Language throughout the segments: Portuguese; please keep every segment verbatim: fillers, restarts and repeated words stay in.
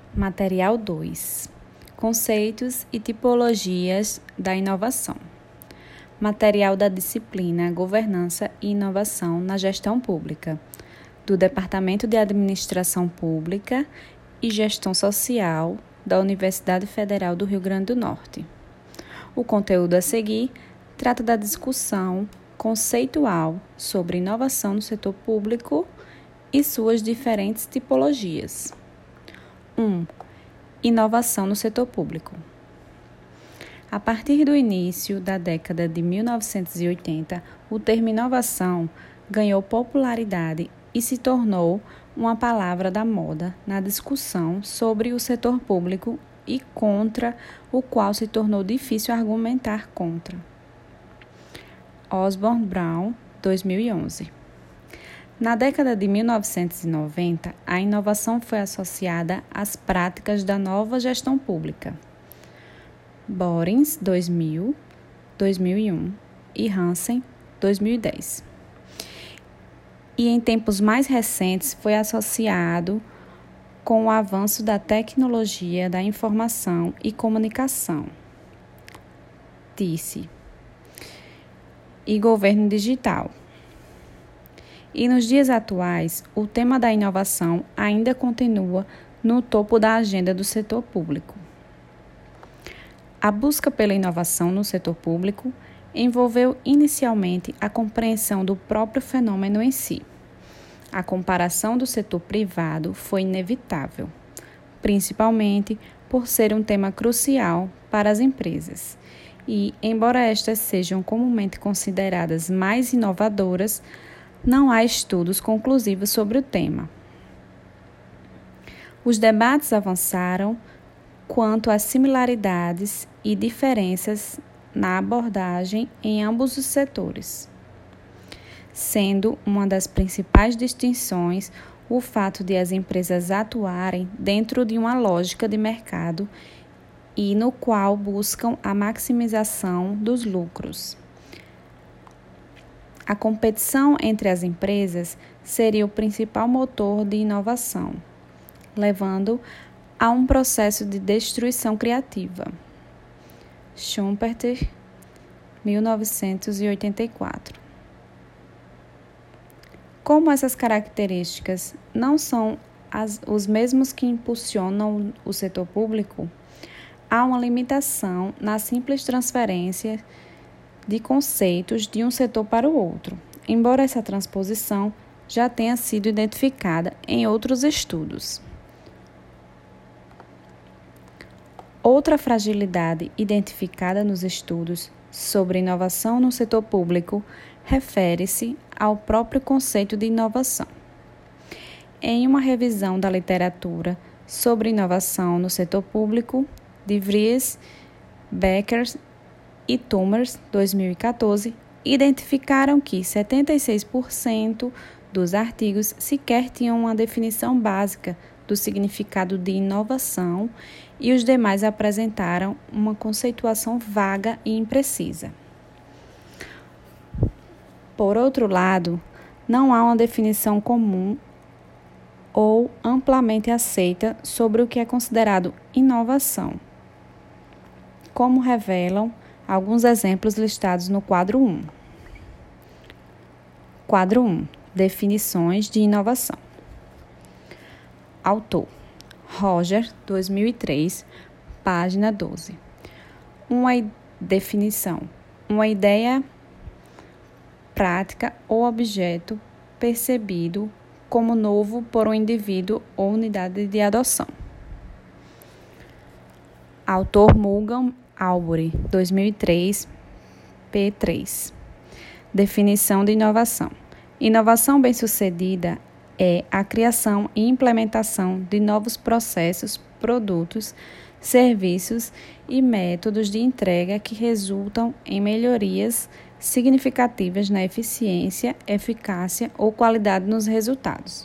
Material dois. Conceitos e tipologias da inovação. Material da disciplina Governança e Inovação na Gestão Pública, do Departamento de Administração Pública e Gestão Social da Universidade Federal do Rio Grande do Norte. O conteúdo a seguir trata da discussão conceitual sobre inovação no setor público e suas diferentes tipologias. um. Inovação no setor público. A partir do início da década de mil novecentos e oitenta, o termo inovação ganhou popularidade e se tornou uma palavra da moda na discussão sobre o setor público e contra o qual se tornou difícil argumentar contra. Osborne Brown, dois mil e onze. Na década de mil novecentos e noventa, a inovação foi associada às práticas da nova gestão pública. Borens, dois mil, dois mil e um e Hansen, dois mil e dez. E em tempos mais recentes foi associado com o avanço da tecnologia da informação e comunicação, T I C, e governo digital. E nos dias atuais, o tema da inovação ainda continua no topo da agenda do setor público. A busca pela inovação no setor público envolveu inicialmente a compreensão do próprio fenômeno em si. A comparação do setor privado foi inevitável, principalmente por ser um tema crucial para as empresas. E, embora estas sejam comumente consideradas mais inovadoras, não há estudos conclusivos sobre o tema. Os debates avançaram quanto às similaridades e diferenças na abordagem em ambos os setores, sendo uma das principais distinções o fato de as empresas atuarem dentro de uma lógica de mercado e no qual buscam a maximização dos lucros. A competição entre as empresas seria o principal motor de inovação, levando a um processo de destruição criativa. Schumpeter, mil novecentos e oitenta e quatro. Como essas características não são as, os mesmos que impulsionam o setor público, há uma limitação na simples transferência de conceitos de um setor para o outro, embora essa transposição já tenha sido identificada em outros estudos. Outra fragilidade identificada nos estudos sobre inovação no setor público refere-se ao próprio conceito de inovação. Em uma revisão da literatura sobre inovação no setor público, de Vries, Becker e Thomas, dois mil e quatorze, identificaram que setenta e seis por cento dos artigos sequer tinham uma definição básica do significado de inovação e os demais apresentaram uma conceituação vaga e imprecisa. Por outro lado, não há uma definição comum ou amplamente aceita sobre o que é considerado inovação, como revelam alguns exemplos listados no quadro um. Quadro um. Definições de inovação. Autor: Roger, dois mil e três, página doze. Uma definição: uma ideia, prática ou objeto percebido como novo por um indivíduo ou unidade de adoção. Autor: Mulgan Albury, dois mil e três, P três. Definição de inovação. Inovação bem-sucedida é a criação e implementação de novos processos, produtos, serviços e métodos de entrega que resultam em melhorias significativas na eficiência, eficácia ou qualidade nos resultados.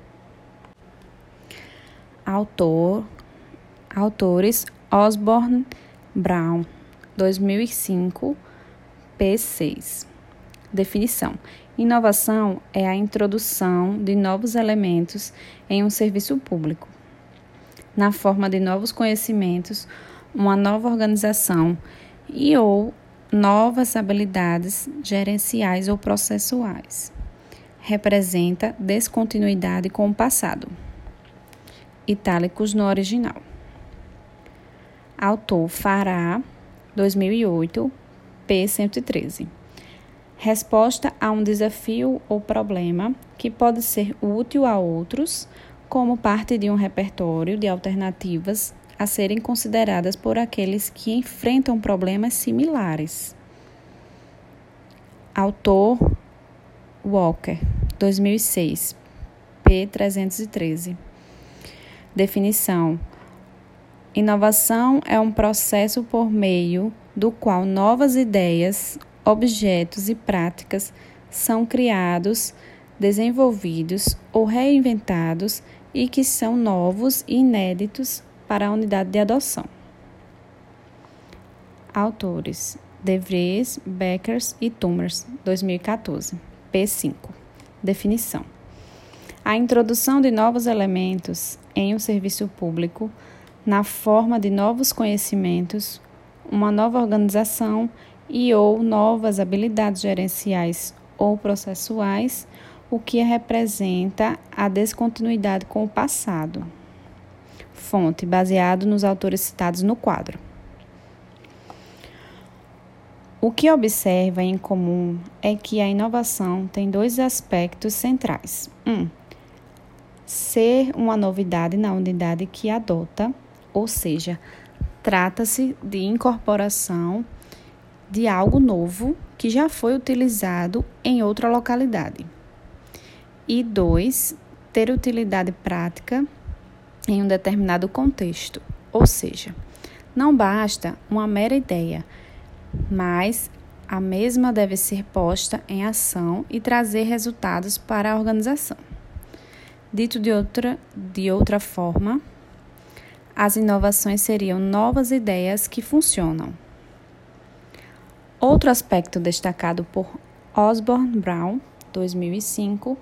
Autor, autores Osborne Brown, dois mil e cinco, P seis. Definição: inovação é a introdução de novos elementos em um serviço público. na forma de novos conhecimentos, uma nova organização e ou novas habilidades gerenciais ou processuais. Representa descontinuidade com o passado. Itálicos no original. Autor Farah, dois mil e oito, P cento e treze. Resposta a um desafio ou problema que pode ser útil a outros, como parte de um repertório de alternativas a serem consideradas por aqueles que enfrentam problemas similares. Autor Walker, dois mil e seis, P trezentos e treze. Definição: inovação é um processo por meio do qual novas ideias, objetos e práticas são criados, desenvolvidos ou reinventados e que são novos e inéditos para a unidade de adoção. Autores: De Vries, Beckers e Tumers, dois mil e quatorze, P cinco. Definição: a introdução de novos elementos em um serviço público na forma de novos conhecimentos, uma nova organização e ou novas habilidades gerenciais ou processuais, o que representa a descontinuidade com o passado. Fonte: baseado nos autores citados no quadro. O que observa em comum é que a inovação tem dois aspectos centrais. Um, ser uma novidade na unidade que adota, ou seja, trata-se de incorporação de algo novo que já foi utilizado em outra localidade. E dois, ter utilidade prática em um determinado contexto, ou seja, não basta uma mera ideia, mas a mesma deve ser posta em ação e trazer resultados para a organização. Dito de outra, de outra forma, as inovações seriam novas ideias que funcionam. Outro aspecto destacado por Osborne Brown, dois mil e cinco,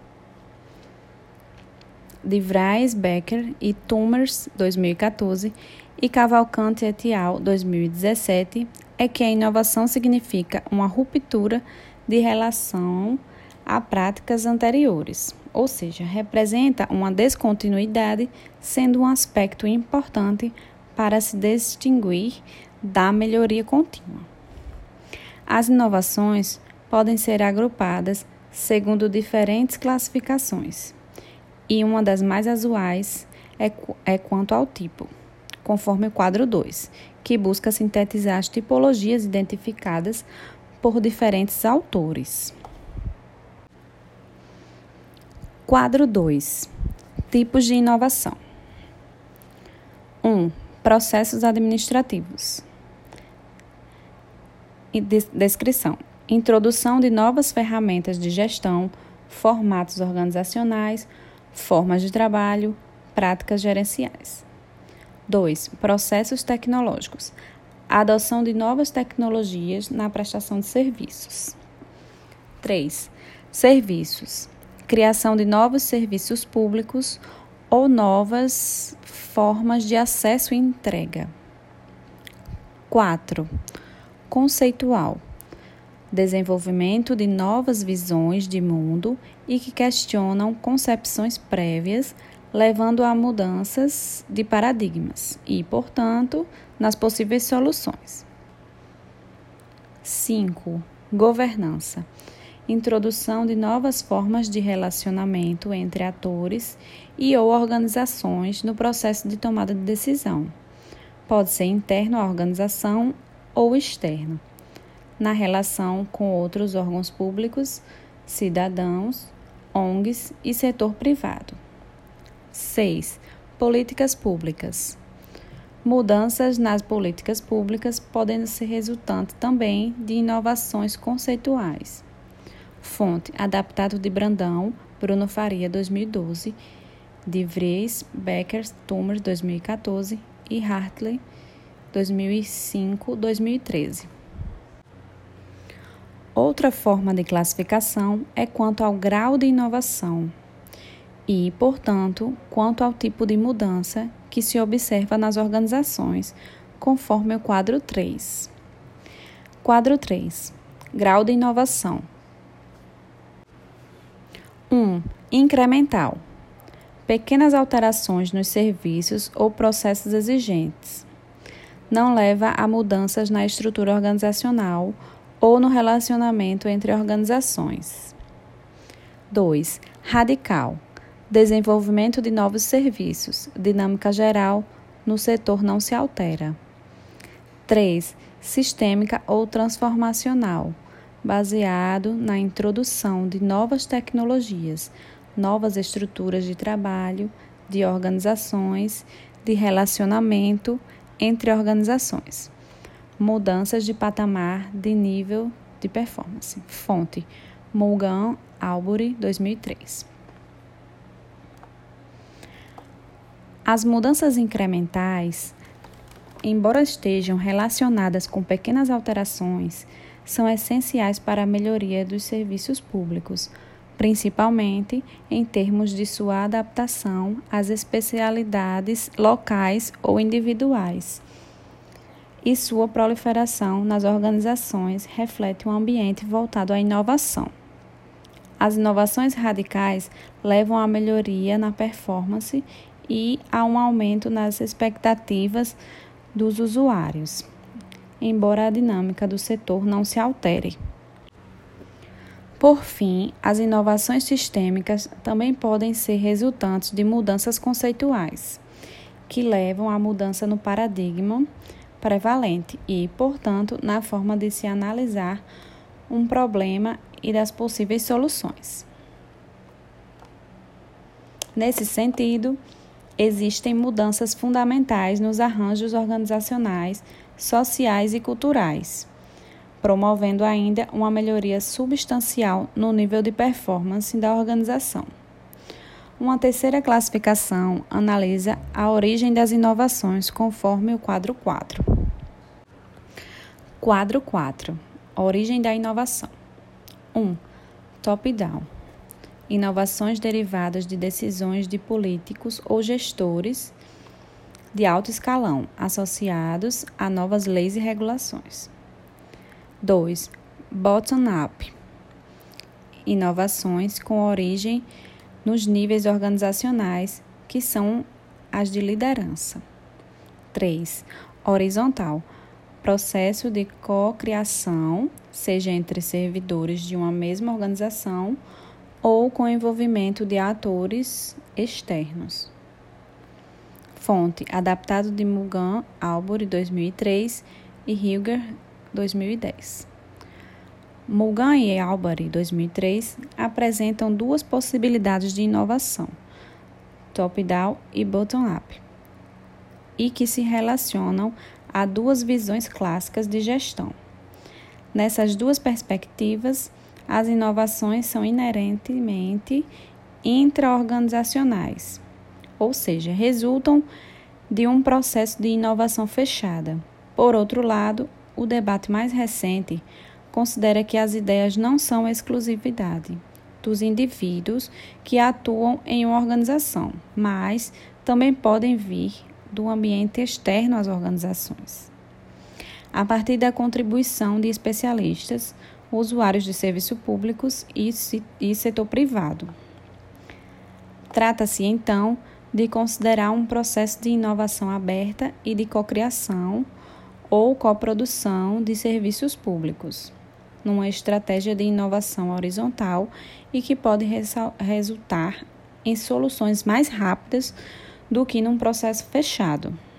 De Vries, Becker e Tumers, dois mil e quatorze, e Cavalcante et al., dois mil e dezessete, é que a inovação significa uma ruptura de relação a práticas anteriores, ou seja, representa uma descontinuidade, sendo um aspecto importante para se distinguir da melhoria contínua. As inovações podem ser agrupadas segundo diferentes classificações, e uma das mais usuais é, é quanto ao tipo, conforme o quadro dois, que busca sintetizar as tipologias identificadas por diferentes autores. Quadro dois. Tipos de inovação. um. Processos administrativos. E descrição. Introdução de novas ferramentas de gestão, formatos organizacionais, formas de trabalho, práticas gerenciais. dois. Processos tecnológicos. A adoção de novas tecnologias na prestação de serviços. três. Serviços. Criação de novos serviços públicos ou novas formas de acesso e entrega. quatro. Conceitual. Desenvolvimento de novas visões de mundo e que questionam concepções prévias, levando a mudanças de paradigmas e, portanto, nas possíveis soluções. cinco. Governança. Introdução de novas formas de relacionamento entre atores e ou organizações no processo de tomada de decisão. Pode ser interno à organização ou externo, na relação com outros órgãos públicos, cidadãos, O N Gs e setor privado. seis. Políticas públicas. Mudanças nas políticas públicas podem ser resultante também de inovações conceituais. Fonte: adaptado de Brandão, Bruno Faria, dois mil e doze, De Vries, Becker, Tumers, dois mil e quatorze e Hartley, dois mil e cinco a dois mil e treze. Outra forma de classificação é quanto ao grau de inovação e, portanto, quanto ao tipo de mudança que se observa nas organizações, conforme o quadro três. Quadro três. Grau de inovação. um. Incremental. Pequenas alterações nos serviços ou processos exigentes. Não leva a mudanças na estrutura organizacional ou no relacionamento entre organizações. dois. Radical. Desenvolvimento de novos serviços. Dinâmica geral no setor não se altera. três. Sistêmica ou transformacional. Baseado na introdução de novas tecnologias, novas estruturas de trabalho, de organizações, de relacionamento entre organizações. Mudanças de patamar de nível de performance. Fonte: Mulgan, Albury, dois mil e três. As mudanças incrementais, embora estejam relacionadas com pequenas alterações, são essenciais para a melhoria dos serviços públicos, principalmente em termos de sua adaptação às especialidades locais ou individuais. E sua proliferação nas organizações reflete um ambiente voltado à inovação. As inovações radicais levam à melhoria na performance e a um aumento nas expectativas dos usuários, embora a dinâmica do setor não se altere. Por fim, as inovações sistêmicas também podem ser resultantes de mudanças conceituais, que levam à mudança no paradigma prevalente e, portanto, na forma de se analisar um problema e das possíveis soluções. Nesse sentido, existem mudanças fundamentais nos arranjos organizacionais, sociais e culturais, promovendo ainda uma melhoria substancial no nível de performance da organização. Uma terceira classificação analisa a origem das inovações conforme o quadro quatro. Quadro quatro. Origem da inovação. um. Top-down. Inovações derivadas de decisões de políticos ou gestores de alto escalão, associados a novas leis e regulações. dois. Bottom-up. Inovações com origem nos níveis organizacionais, que são as de liderança. três. Horizontal. Processo de co-criação, seja entre servidores de uma mesma organização ou com envolvimento de atores externos. Fonte: adaptado de Mulgan, Albury, dois mil e três e Hilger, dois mil e dez. Mulgan e Albury, dois mil e três, apresentam duas possibilidades de inovação, top-down e bottom-up, e que se relacionam a duas visões clássicas de gestão. Nessas duas perspectivas, as inovações são inerentemente intraorganizacionais, ou seja, resultam de um processo de inovação fechada. Por outro lado, o debate mais recente considera que as ideias não são exclusividade dos indivíduos que atuam em uma organização, mas também podem vir do ambiente externo às organizações, a partir da contribuição de especialistas, usuários de serviços públicos e setor privado. Trata-se, então, de considerar um processo de inovação aberta e de cocriação ou coprodução de serviços públicos, numa estratégia de inovação horizontal e que pode resultar em soluções mais rápidas do que num processo fechado.